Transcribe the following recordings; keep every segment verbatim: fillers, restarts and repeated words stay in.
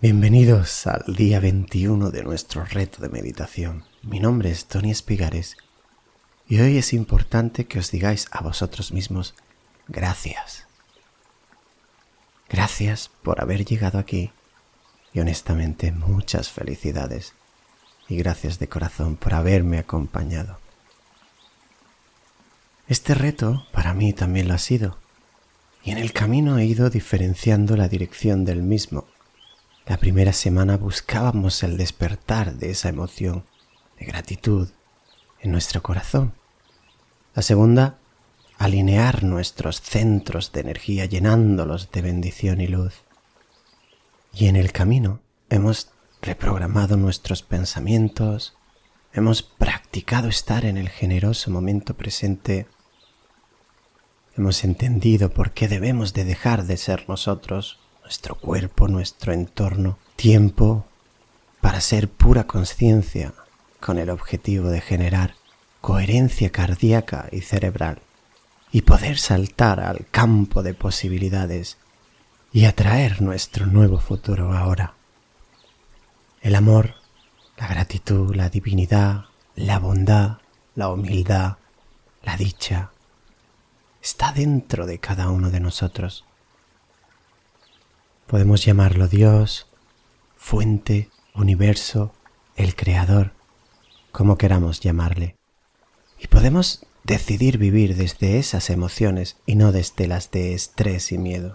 Bienvenidos al día veintiuno de nuestro reto de meditación. Mi nombre es Tony Espigares y hoy es importante que os digáis a vosotros mismos gracias. Gracias por haber llegado aquí y honestamente muchas felicidades y gracias de corazón por haberme acompañado. Este reto para mí también lo ha sido y en el camino he ido diferenciando la dirección del mismo. La primera semana buscábamos el despertar de esa emoción de gratitud en nuestro corazón. La segunda, alinear nuestros centros de energía llenándolos de bendición y luz. Y en el camino hemos reprogramado nuestros pensamientos, hemos practicado estar en el generoso momento presente, hemos entendido por qué debemos de dejar de ser nosotros, nuestro cuerpo, nuestro entorno, tiempo para ser pura conciencia con el objetivo de generar coherencia cardíaca y cerebral y poder saltar al campo de posibilidades y atraer nuestro nuevo futuro ahora. El amor, la gratitud, la divinidad, la bondad, la humildad, la dicha, está dentro de cada uno de nosotros. Podemos llamarlo Dios, fuente, universo, el creador, como queramos llamarle. Y podemos decidir vivir desde esas emociones y no desde las de estrés y miedo.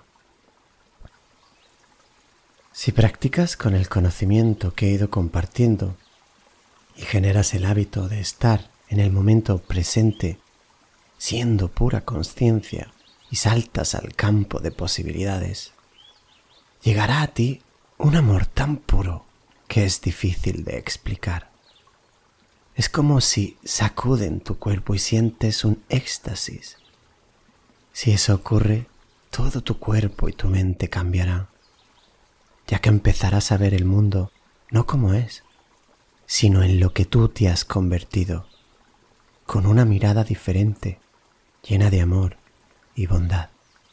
Si practicas con el conocimiento que he ido compartiendo y generas el hábito de estar en el momento presente, siendo pura conciencia y saltas al campo de posibilidades, llegará a ti un amor tan puro que es difícil de explicar. Es como si sacuden tu cuerpo y sientes un éxtasis. Si eso ocurre, todo tu cuerpo y tu mente cambiarán, ya que empezarás a ver el mundo no como es, sino en lo que tú te has convertido, con una mirada diferente, llena de amor y bondad.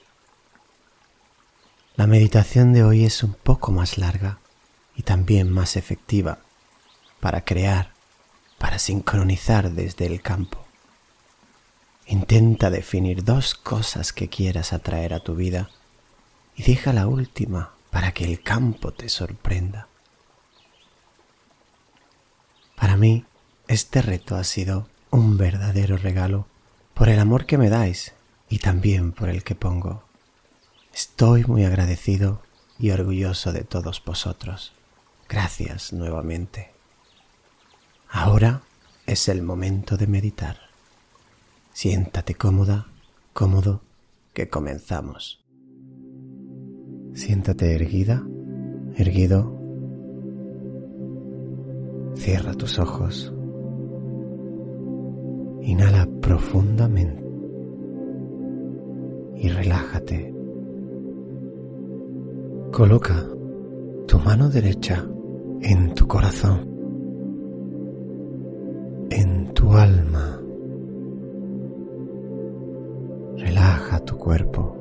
La meditación de hoy es un poco más larga y también más efectiva para crear, para sincronizar desde el campo. Intenta definir dos cosas que quieras atraer a tu vida y deja la última para que el campo te sorprenda. Para mí, este reto ha sido un verdadero regalo por el amor que me dais y también por el que pongo. Estoy muy agradecido y orgulloso de todos vosotros. Gracias nuevamente. Ahora es el momento de meditar. Siéntate cómoda, cómodo, que comenzamos. Siéntate erguida, erguido. Cierra tus ojos. Inhala profundamente y relájate. Coloca tu mano derecha en tu corazón, en tu alma. Relaja tu cuerpo.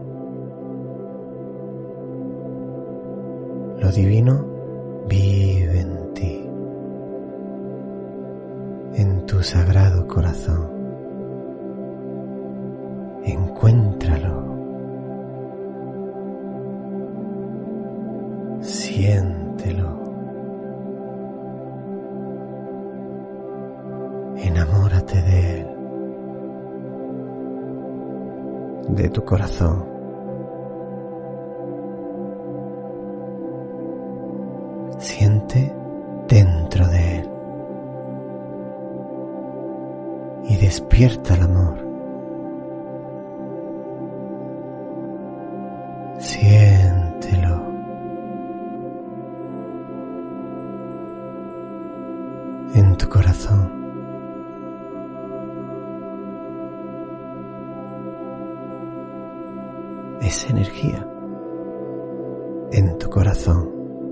Lo divino vive en ti, en tu sagrado corazón. Encuéntralo. Siéntelo. Enamórate de él, de tu corazón. Siente dentro de él y despierta el amor. Siéntelo. En tu corazón. Esa energía en tu corazón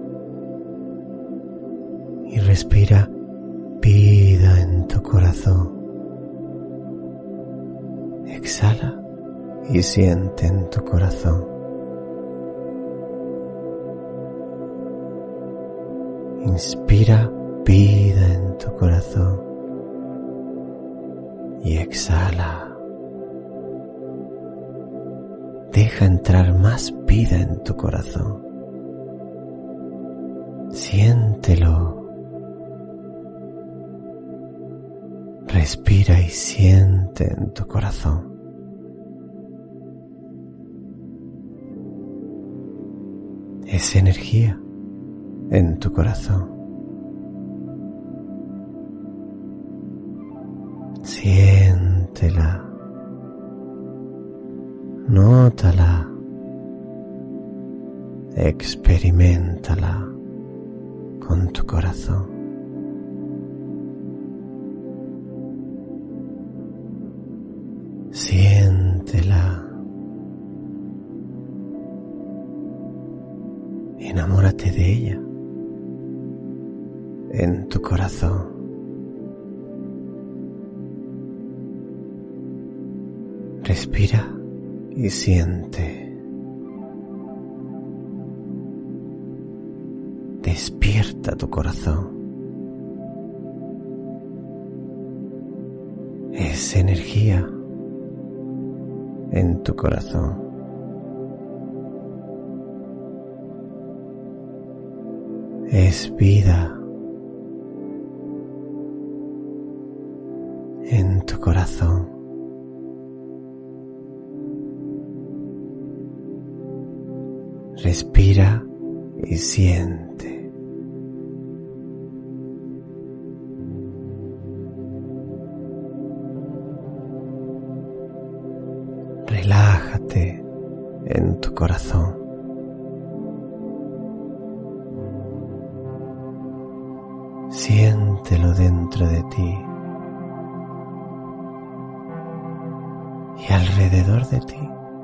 y respira vida en tu corazón. Exhala y siente en tu corazón. Inspira vida en tu corazón y exhala. Deja entrar más vida en tu corazón. Siéntelo. Respira y siente en tu corazón. Es energía en tu corazón. Siéntela. Nótala. Experiméntala con tu corazón. Siéntela. Enamórate de ella en tu corazón. Respira y siente. Despierta tu corazón. Es energía en tu corazón. Es vida en tu corazón. Respira y siente. Relájate en tu corazón. Siéntelo dentro de ti y alrededor de ti.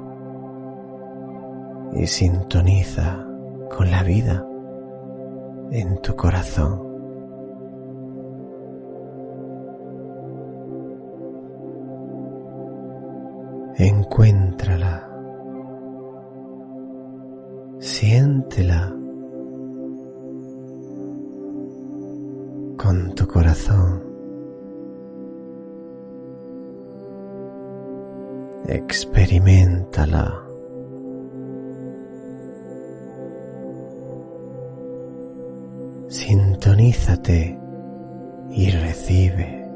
Y sintoniza con la vida en tu corazón. Encuéntrala, siéntela con tu corazón. Experiméntala. Sintonízate y recibe.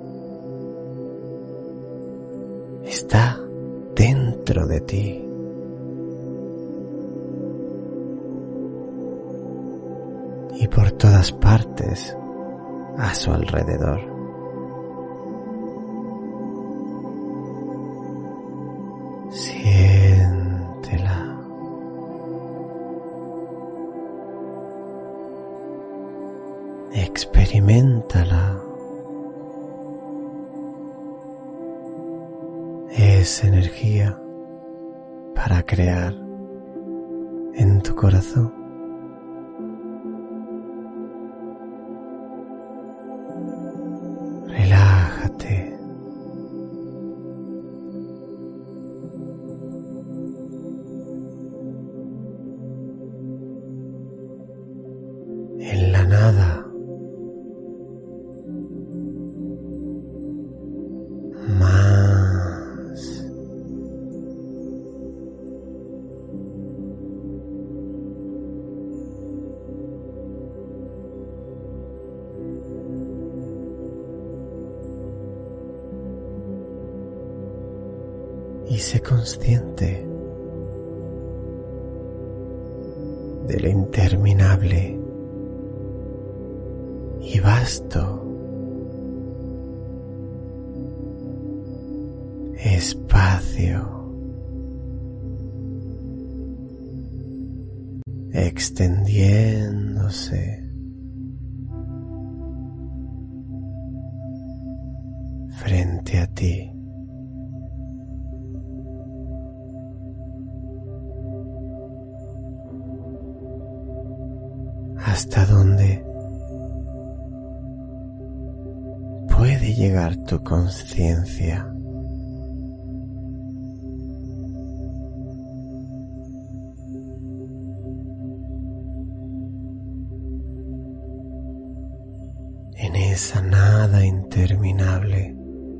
Está dentro de ti. Y por todas partes a su alrededor. Siéntela. Experiméntala. Es energía para crear en tu corazón. Relájate. En la nada. Más. Y sé consciente de lo interminable y vasto espacio extendiéndose frente a ti. Hasta dónde puede llegar tu conciencia. en esa nada interminable.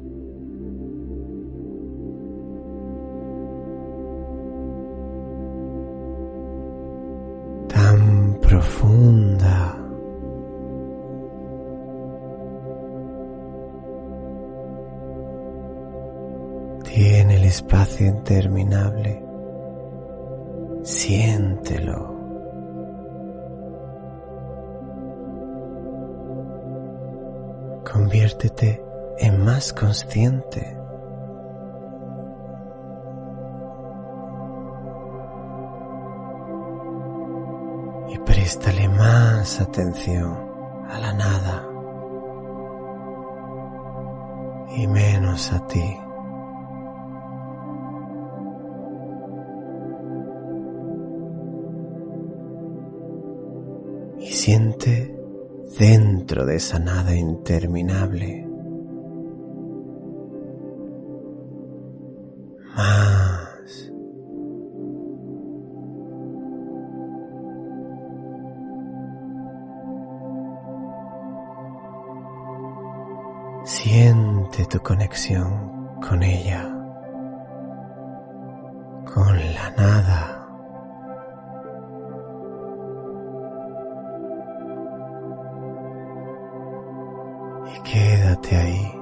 Tan profunda. Tiene el espacio interminable. Siéntelo. Conviértete en más consciente. Y préstale más atención a la nada y menos a ti. Y siente dentro de esa nada interminable más. Siente tu conexión con ella, con la nada. Quédate ahí.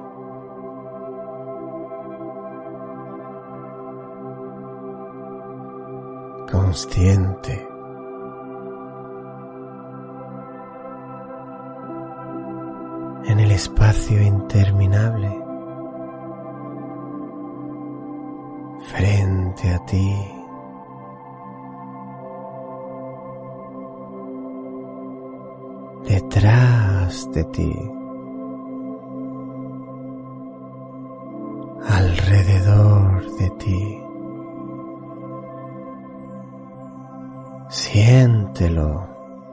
Consciente. En el espacio interminable. Frente a ti. Detrás de ti. Alrededor de ti. Siéntelo.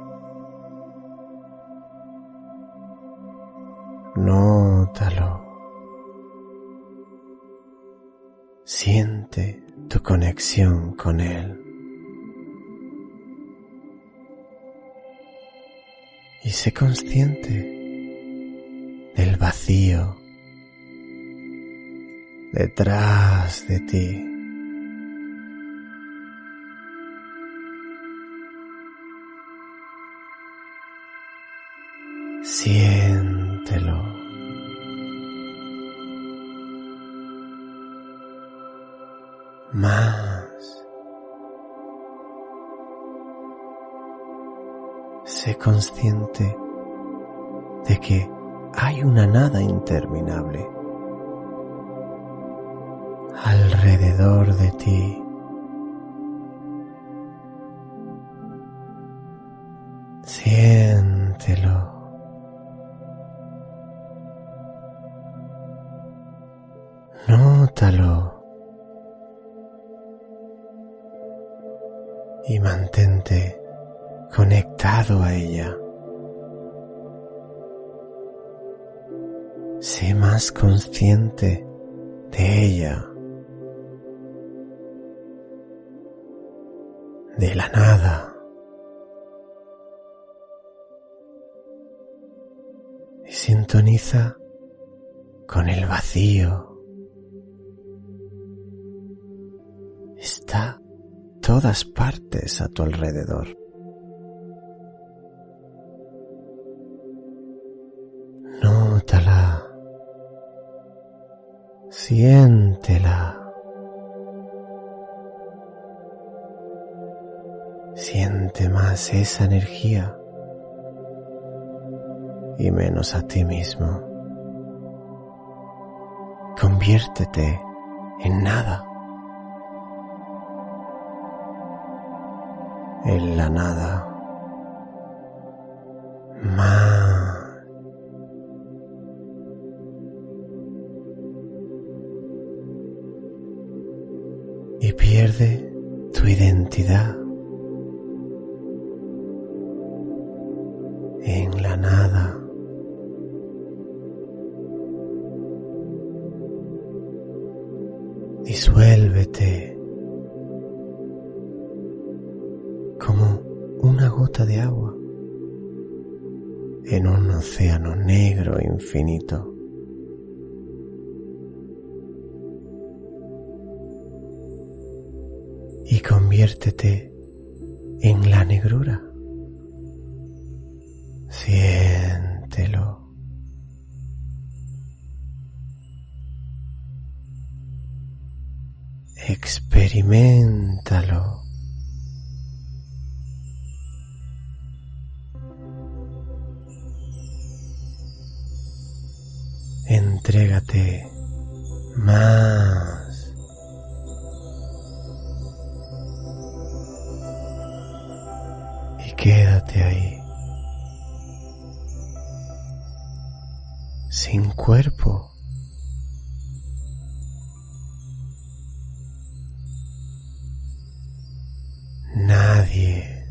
Nótalo. Siente tu conexión con él. Y sé consciente del vacío detrás de ti. Siéntelo. Más. Sé consciente de que hay una nada interminable alrededor de ti. Siéntelo. Nótalo. Y mantente conectado a ella. Sé más consciente de ella, de la nada. Y sintoniza con el vacío. Está todas partes a tu alrededor. Nótala. Siéntela. Siente más esa energía y menos a ti mismo. Conviértete en nada. En la nada. Más. Y pierde tu identidad en la nada. Disuélvete como una gota de agua en un océano negro infinito. Y conviértete en la negrura. Siéntelo. Experiméntalo. Entrégate más. Y quédate ahí, sin cuerpo. Nadie.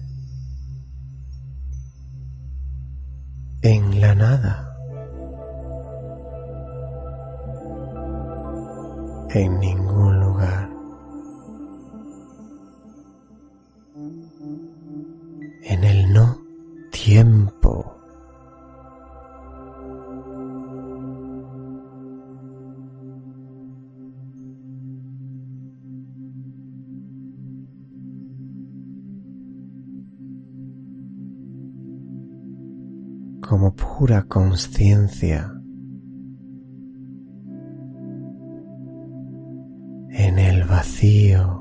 En la nada. En ningún lugar. En el no tiempo. Como pura conciencia. En el vacío.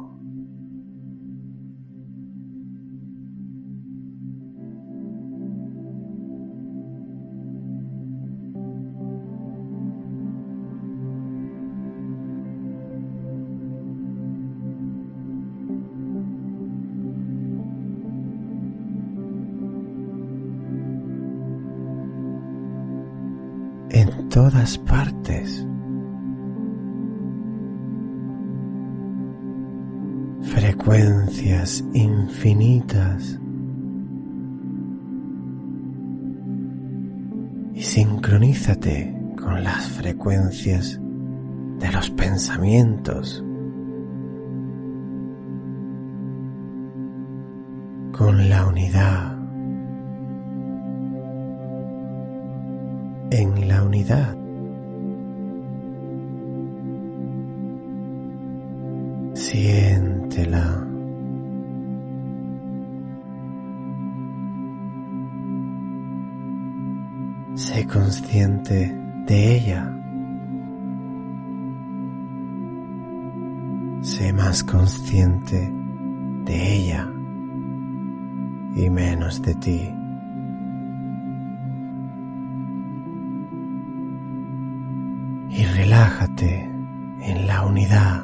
En todas partes. Frecuencias infinitas. Y sincronízate con las frecuencias de los pensamientos, con la unidad. En la unidad. Siéntela. Sé consciente de ella. Sé más consciente de ella y menos de ti. Y relájate en la unidad.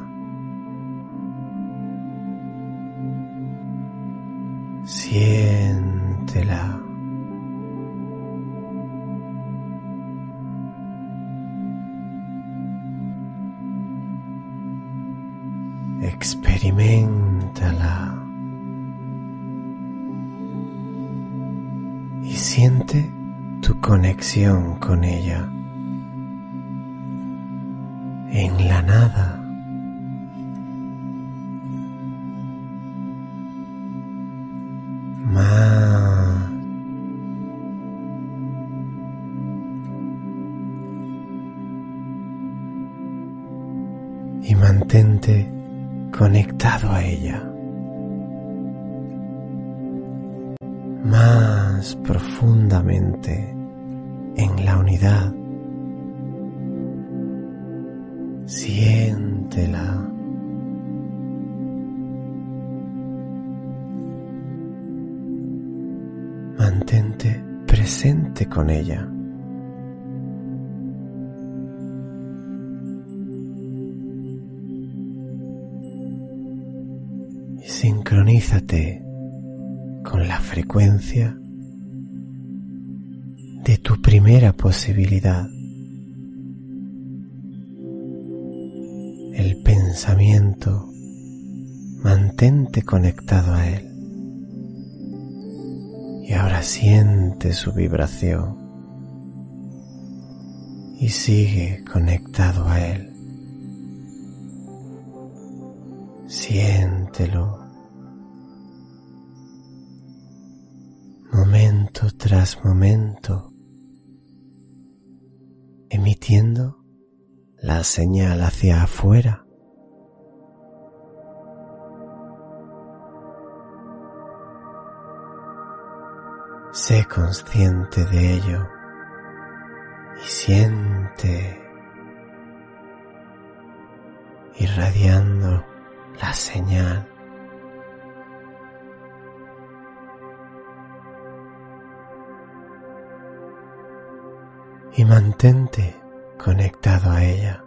Siéntela. Experiméntala. Y siente tu conexión con ella. En la nada. Más. Y mantente conectado a ella. Más profundamente en la unidad. Siéntela. Mantente presente con ella. Y sincronízate con la frecuencia de tu primera posibilidad. El pensamiento, mantente conectado a él. Y ahora siente su vibración y sigue conectado a él. Siéntelo momento tras momento. emitiendo la señal hacia afuera. Sé consciente de ello y siente irradiando la señal. Y mantente conectado a ella.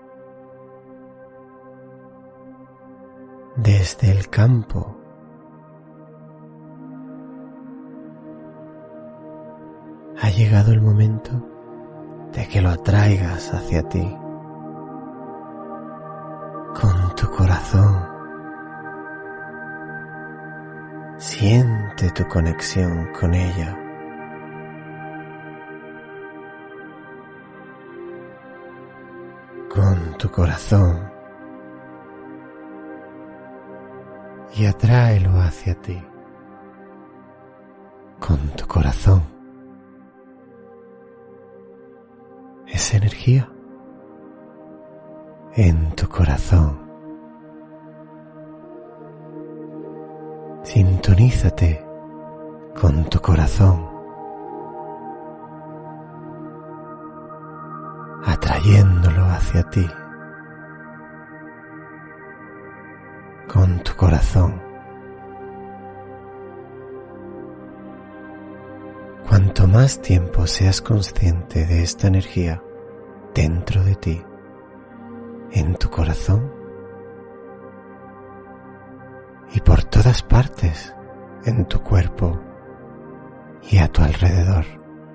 Desde el campo, ha llegado el momento de que lo atraigas hacia ti con tu corazón. Siente tu conexión con ella. Con tu corazón y atráelo hacia ti con tu corazón. Es energía en tu corazón. Sintonízate con tu corazón, atrayéndolo hacia ti con tu corazón. Cuanto más tiempo seas consciente de esta energía dentro de ti, en tu corazón y por todas partes en tu cuerpo y a tu alrededor,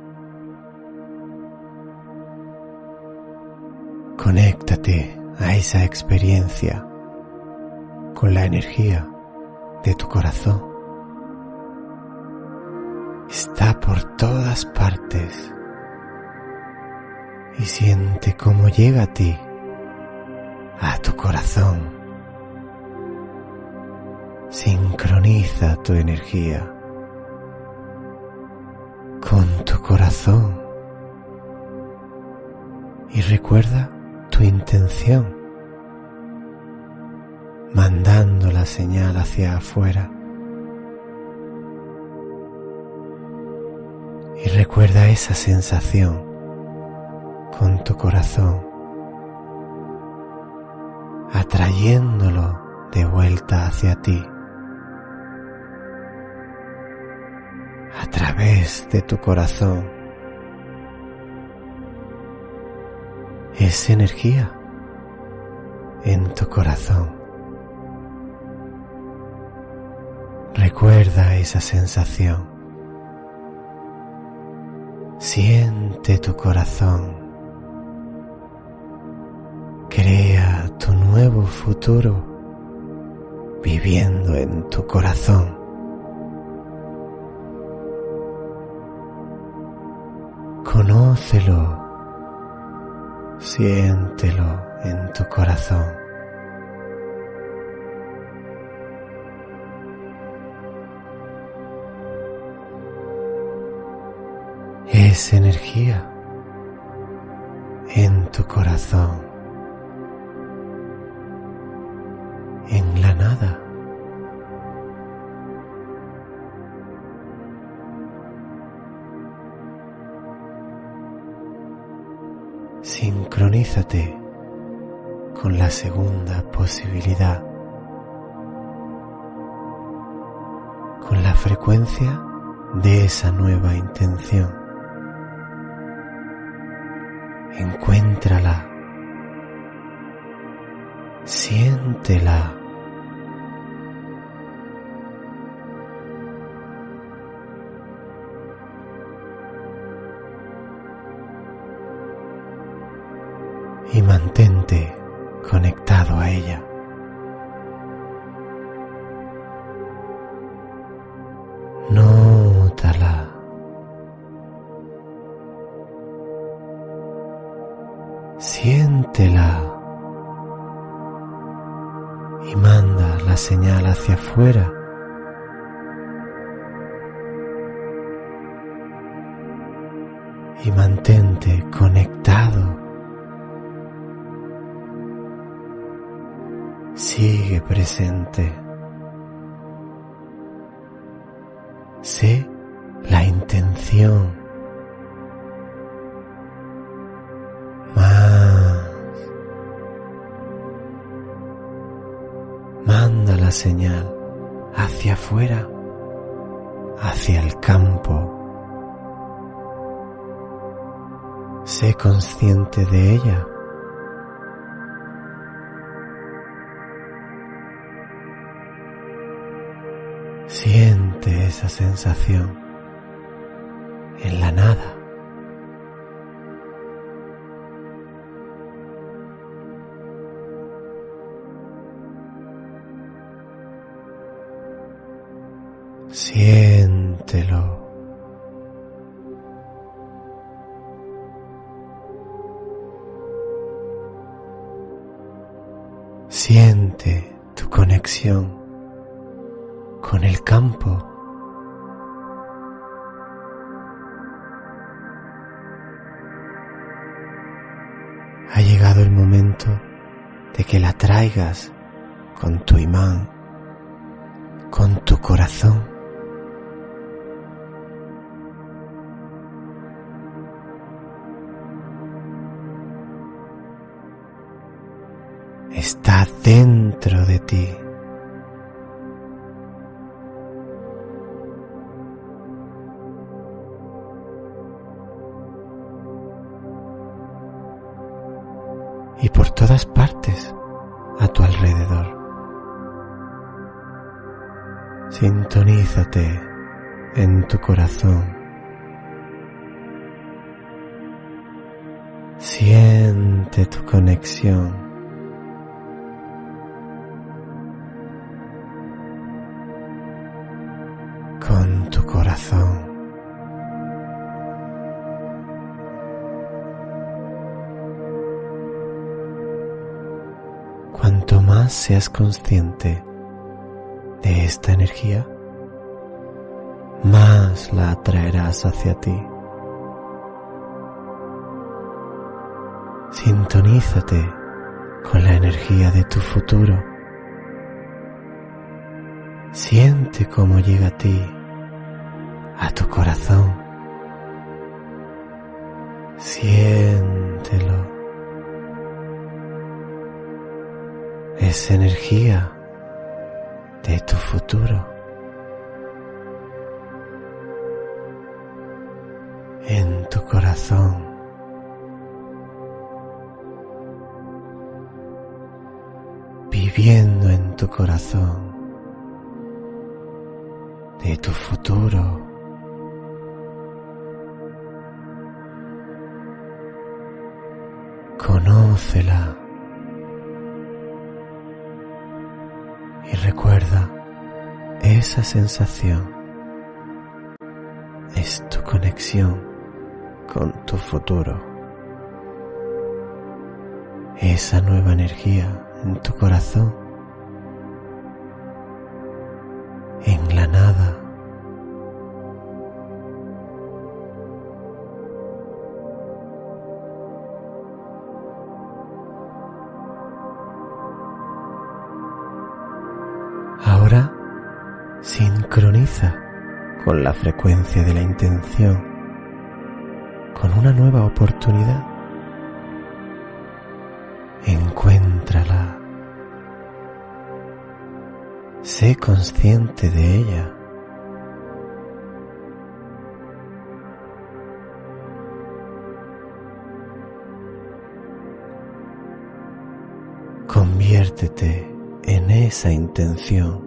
conéctate a esa experiencia con la energía de tu corazón. Está por todas partes y siente cómo llega a ti, a tu corazón. Sincroniza tu energía con tu corazón y recuerda tu intención, mandando la señal hacia afuera. Y recuerda esa sensación con tu corazón, atrayéndolo de vuelta hacia ti, a través de tu corazón. Es energía en tu corazón. Recuerda esa sensación. Siente tu corazón. Crea tu nuevo futuro viviendo en tu corazón. Conócelo, siéntelo en tu corazón. Es energía en tu corazón, en la nada. Sincronízate con la segunda posibilidad, con la frecuencia de esa nueva intención. Encuéntrala, siéntela. Y mantente conectado a ella. Nótala. Siéntela y manda la señal hacia afuera. y mantente conectado. Sigue presente. Sé la intención. Más. Manda la señal hacia afuera, hacia el campo. Sé consciente de ella. Siente esa sensación en la nada. Siéntelo. Siente tu conexión con el campo. Ha llegado el momento de que la traigas con tu imán, con tu corazón. Está dentro de ti. Y por todas partes a tu alrededor. Sintonízate en tu corazón. Siente tu conexión. Con tu corazón. Cuanto más seas consciente de esta energía, más la atraerás hacia ti. Sintonízate con la energía de tu futuro. Siente cómo llega a ti, a tu corazón. Siéntelo. Esa energía de tu futuro en tu corazón. Viviendo en tu corazón de tu futuro. Conócela y recuerda esa sensación. Es tu conexión con tu futuro. Esa nueva energía en tu corazón, en la nada. Ahora sincroniza con la frecuencia de la intención, con una nueva oportunidad. Encuéntrala. Sé consciente de ella. Conviértete en esa intención.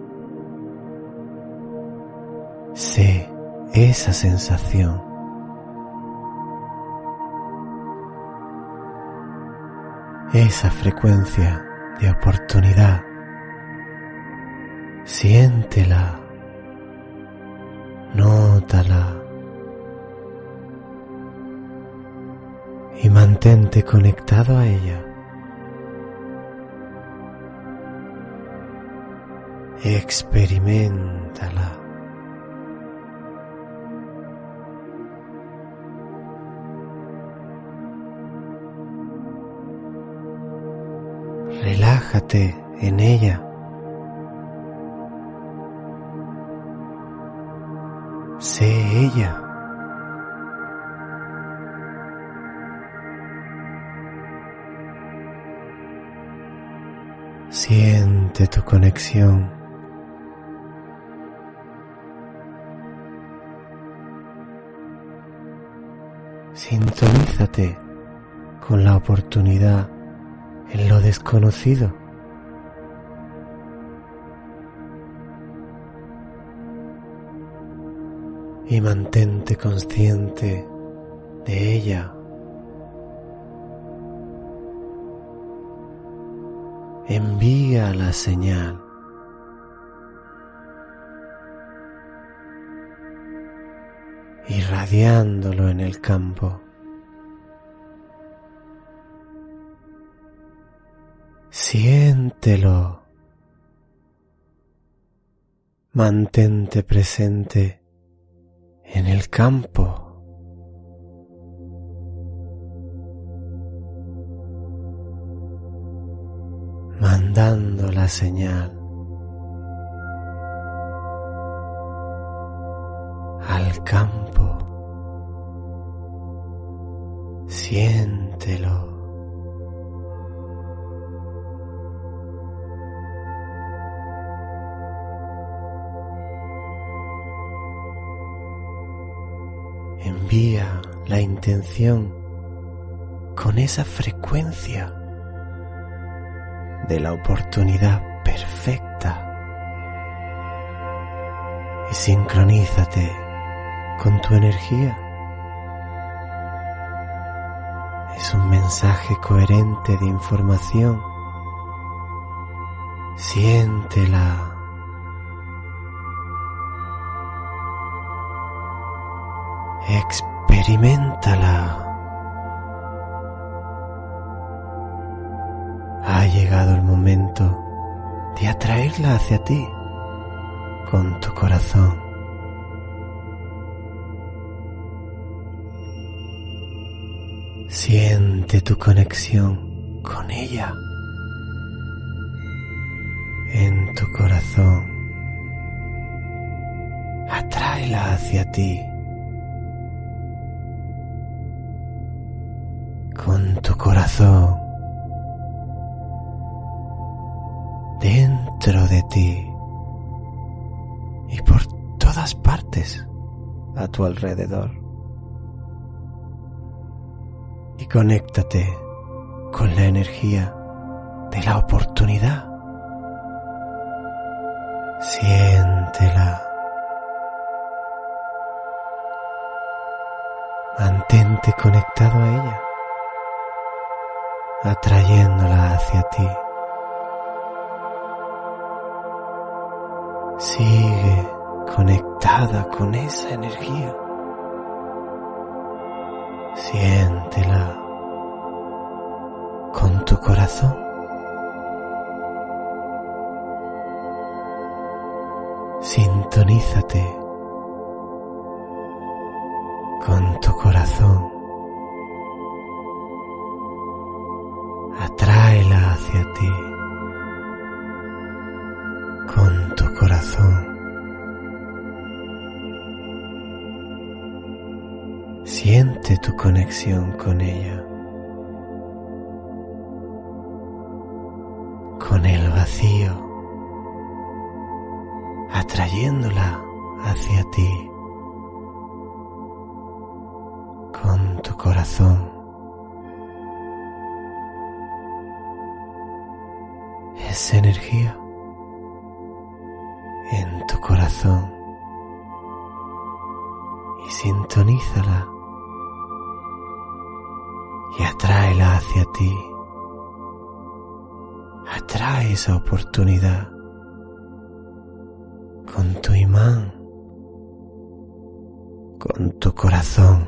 Sé esa sensación. Esa frecuencia de oportunidad. Siéntela. Nótala. Y mantente conectado a ella. Experiméntala. Relájate en ella. Sé ella. Siente tu conexión. Sintonízate con la oportunidad en lo desconocido. Y mantente consciente de ella. Envía la señal. Irradiándolo en el campo. Siéntelo. Mantente presente en el campo. Mandando la señal al campo. Siéntelo. Envía la intención con esa frecuencia de la oportunidad perfecta y sincronízate con tu energía. Es un mensaje coherente de información. Siéntela. Experiméntala. Ha llegado el momento de atraerla hacia ti con tu corazón. Siente tu conexión con ella en tu corazón. Atráela hacia ti con tu corazón. Dentro de ti y por todas partes a tu alrededor. Y conéctate con la energía de la oportunidad. Siéntela. Mantente conectado a ella, atrayéndola hacia ti. Sigue conectada con esa energía. Siéntela con tu corazón. Sintonízate con tu corazón. Atráela hacia ti con tu corazón. Siente tu conexión con ella, con el vacío, atrayéndola hacia ti con tu corazón. Esa energía en tu corazón y sintonízala y atráela hacia ti. Atrae esa oportunidad con tu imán, con tu corazón.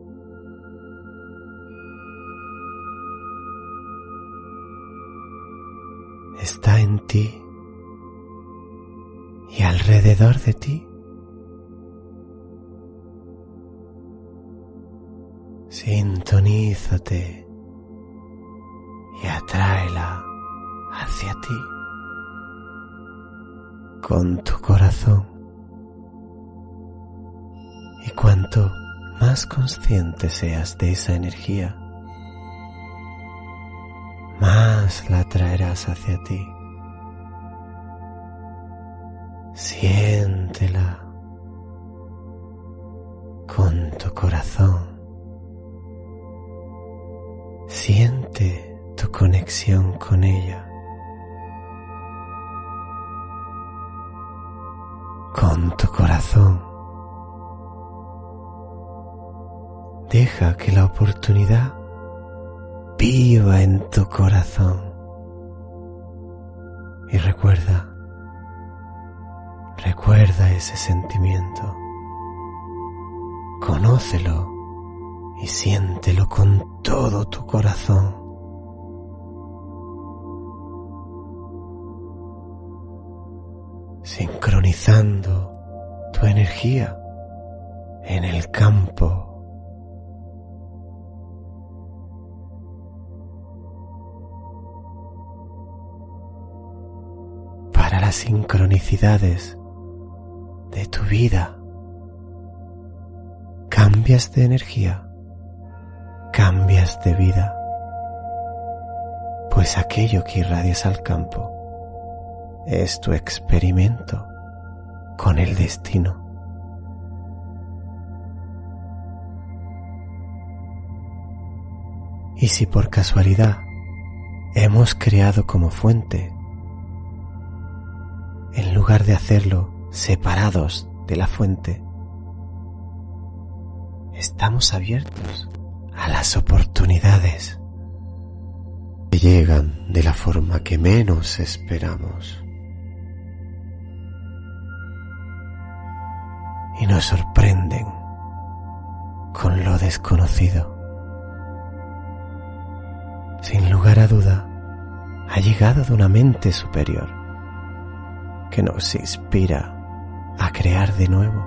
Está en ti y alrededor de ti. Sintonízate y atráela hacia ti con tu corazón. Y cuanto más consciente seas de esa energía, más la atraerás hacia ti. Siéntela con tu corazón. Siente tu conexión con ella. Con tu corazón. Deja que la oportunidad viva en tu corazón. Y recuerda, recuerda ese sentimiento. Conócelo y siéntelo con todo tu corazón. Sincronizando tu energía en el campo. Para las sincronicidades de tu vida, cambias de energía, cambias de vida, pues aquello que irradias al campo es tu experimento con el destino. Y si por casualidad hemos creado como fuente, en lugar de hacerlo separados de la fuente, estamos abiertos a las oportunidades que llegan de la forma que menos esperamos y nos sorprenden con lo desconocido. Sin lugar a duda, ha llegado de una mente superior que nos inspira a crear de nuevo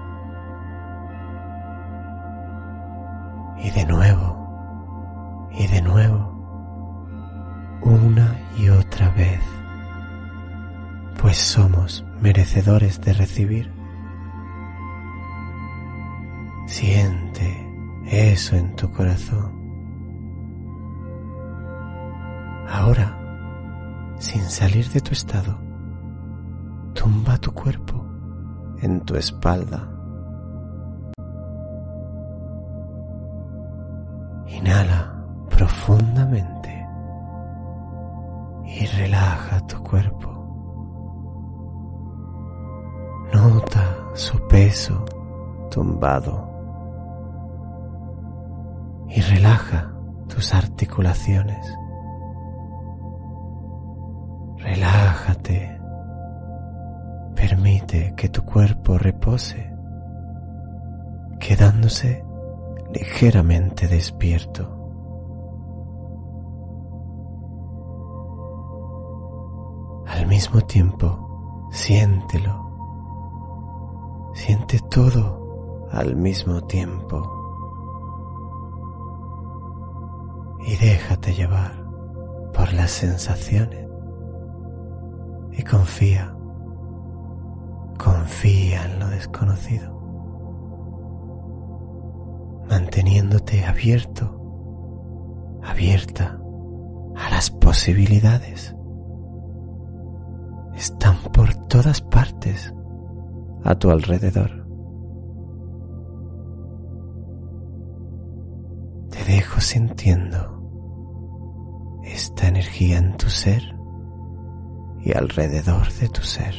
y de nuevo y de nuevo, una y otra vez, pues somos merecedores de recibir. Siente eso en tu corazón. Ahora, sin salir de tu estado, tumba tu cuerpo en tu espalda. Inhala profundamente y relaja tu cuerpo. Nota su peso tumbado y relaja tus articulaciones. Relájate. Permite que tu cuerpo repose, quedándose ligeramente despierto. Al mismo tiempo, siéntelo. Siente todo al mismo tiempo. Y déjate llevar por las sensaciones. Y confía. Confía en lo desconocido, manteniéndote abierto, abierta a las posibilidades. Están por todas partes a tu alrededor. Te dejo sintiendo esta energía en tu ser y alrededor de tu ser.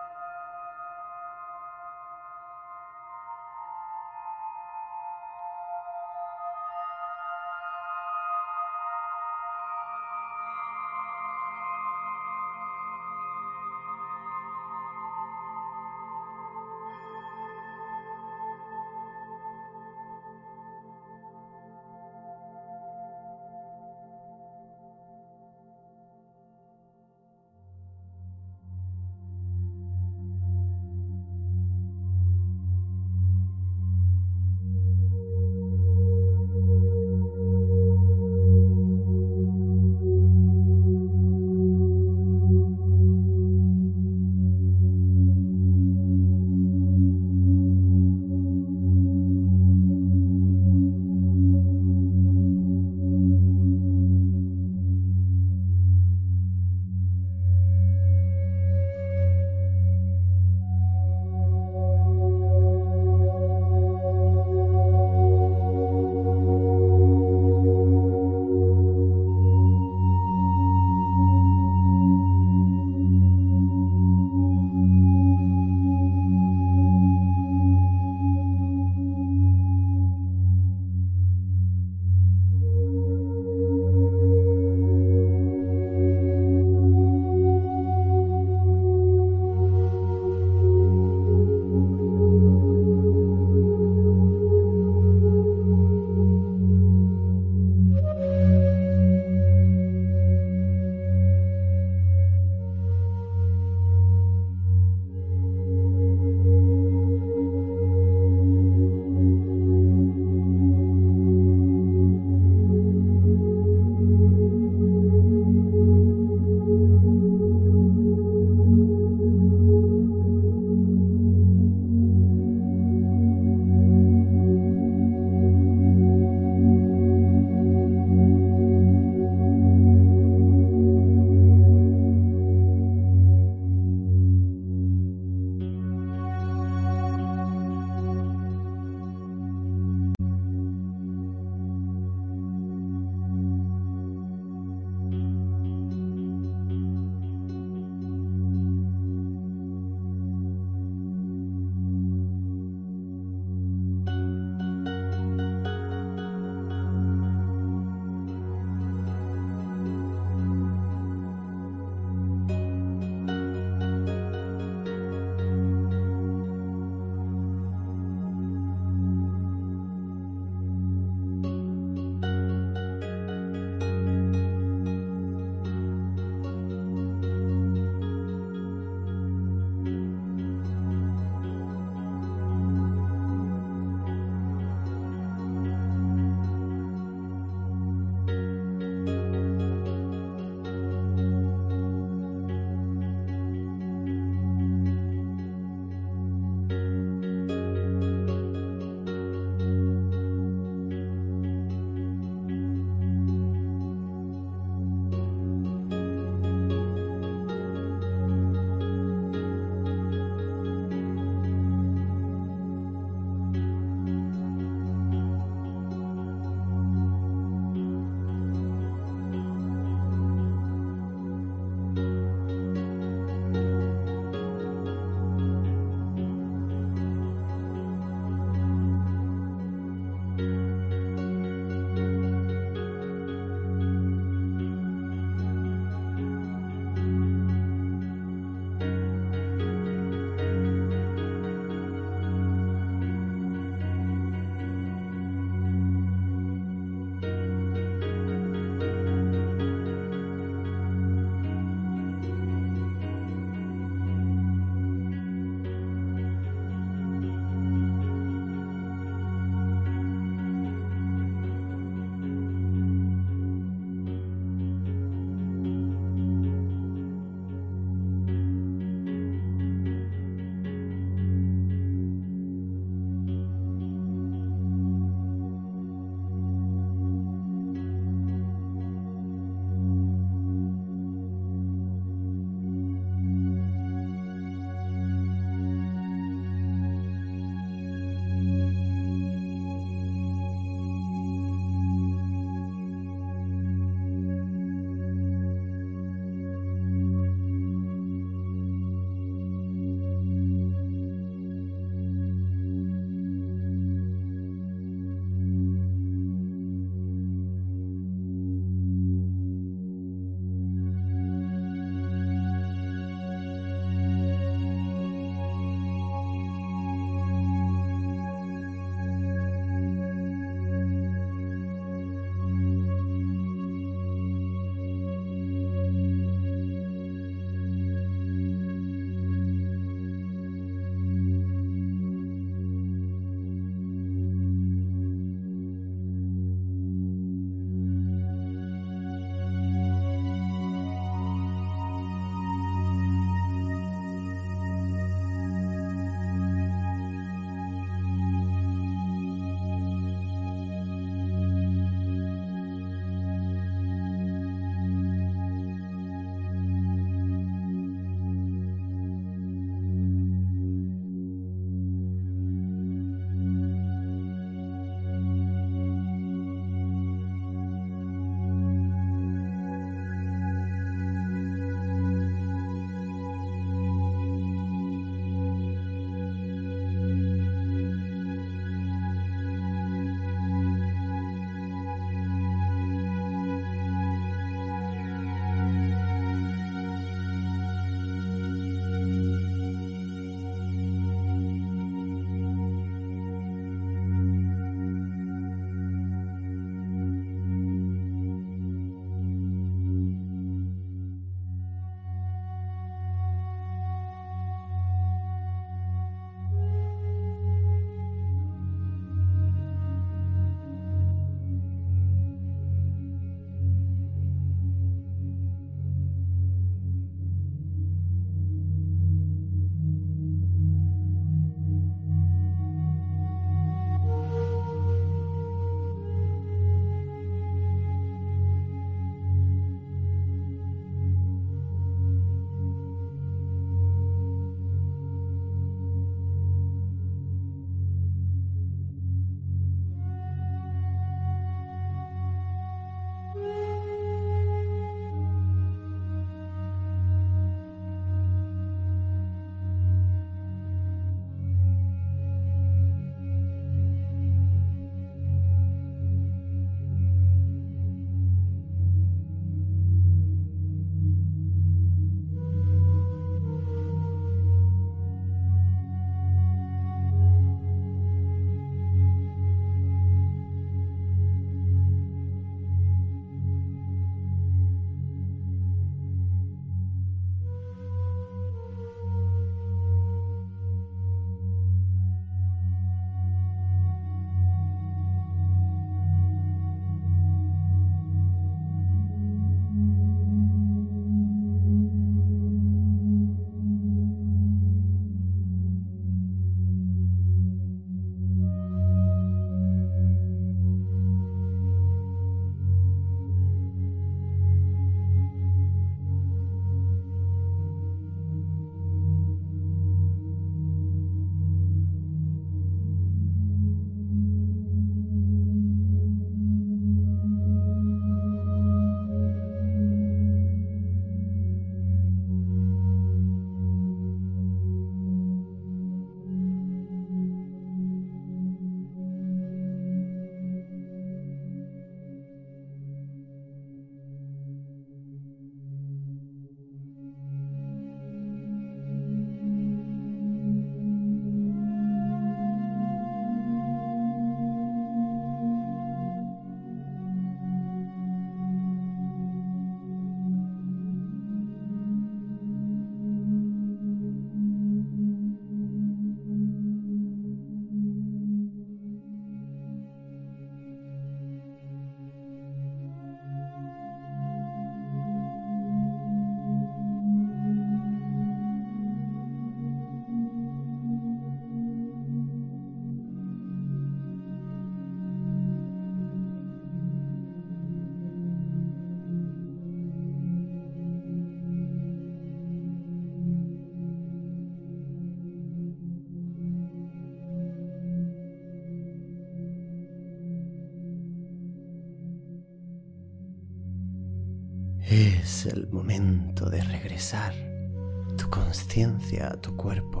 Es el momento de regresar tu conciencia a tu cuerpo.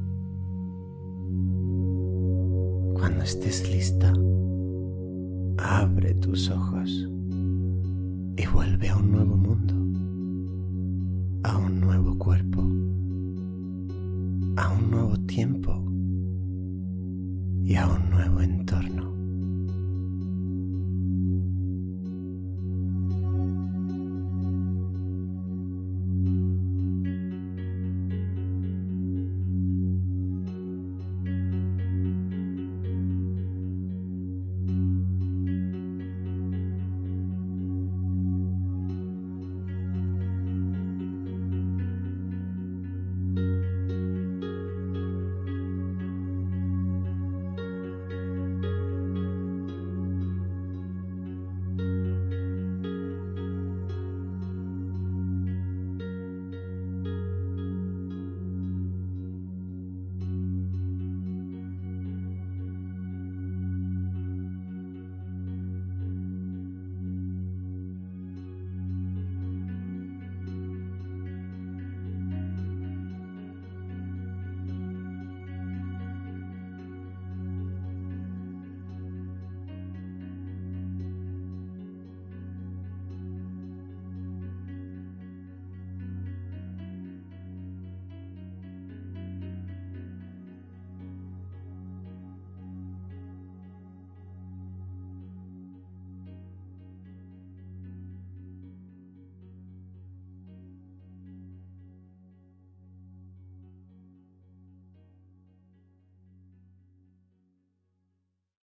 Cuando estés lista, abre tus ojos y vuelve a un nuevo mundo, a un nuevo cuerpo, a un nuevo tiempo.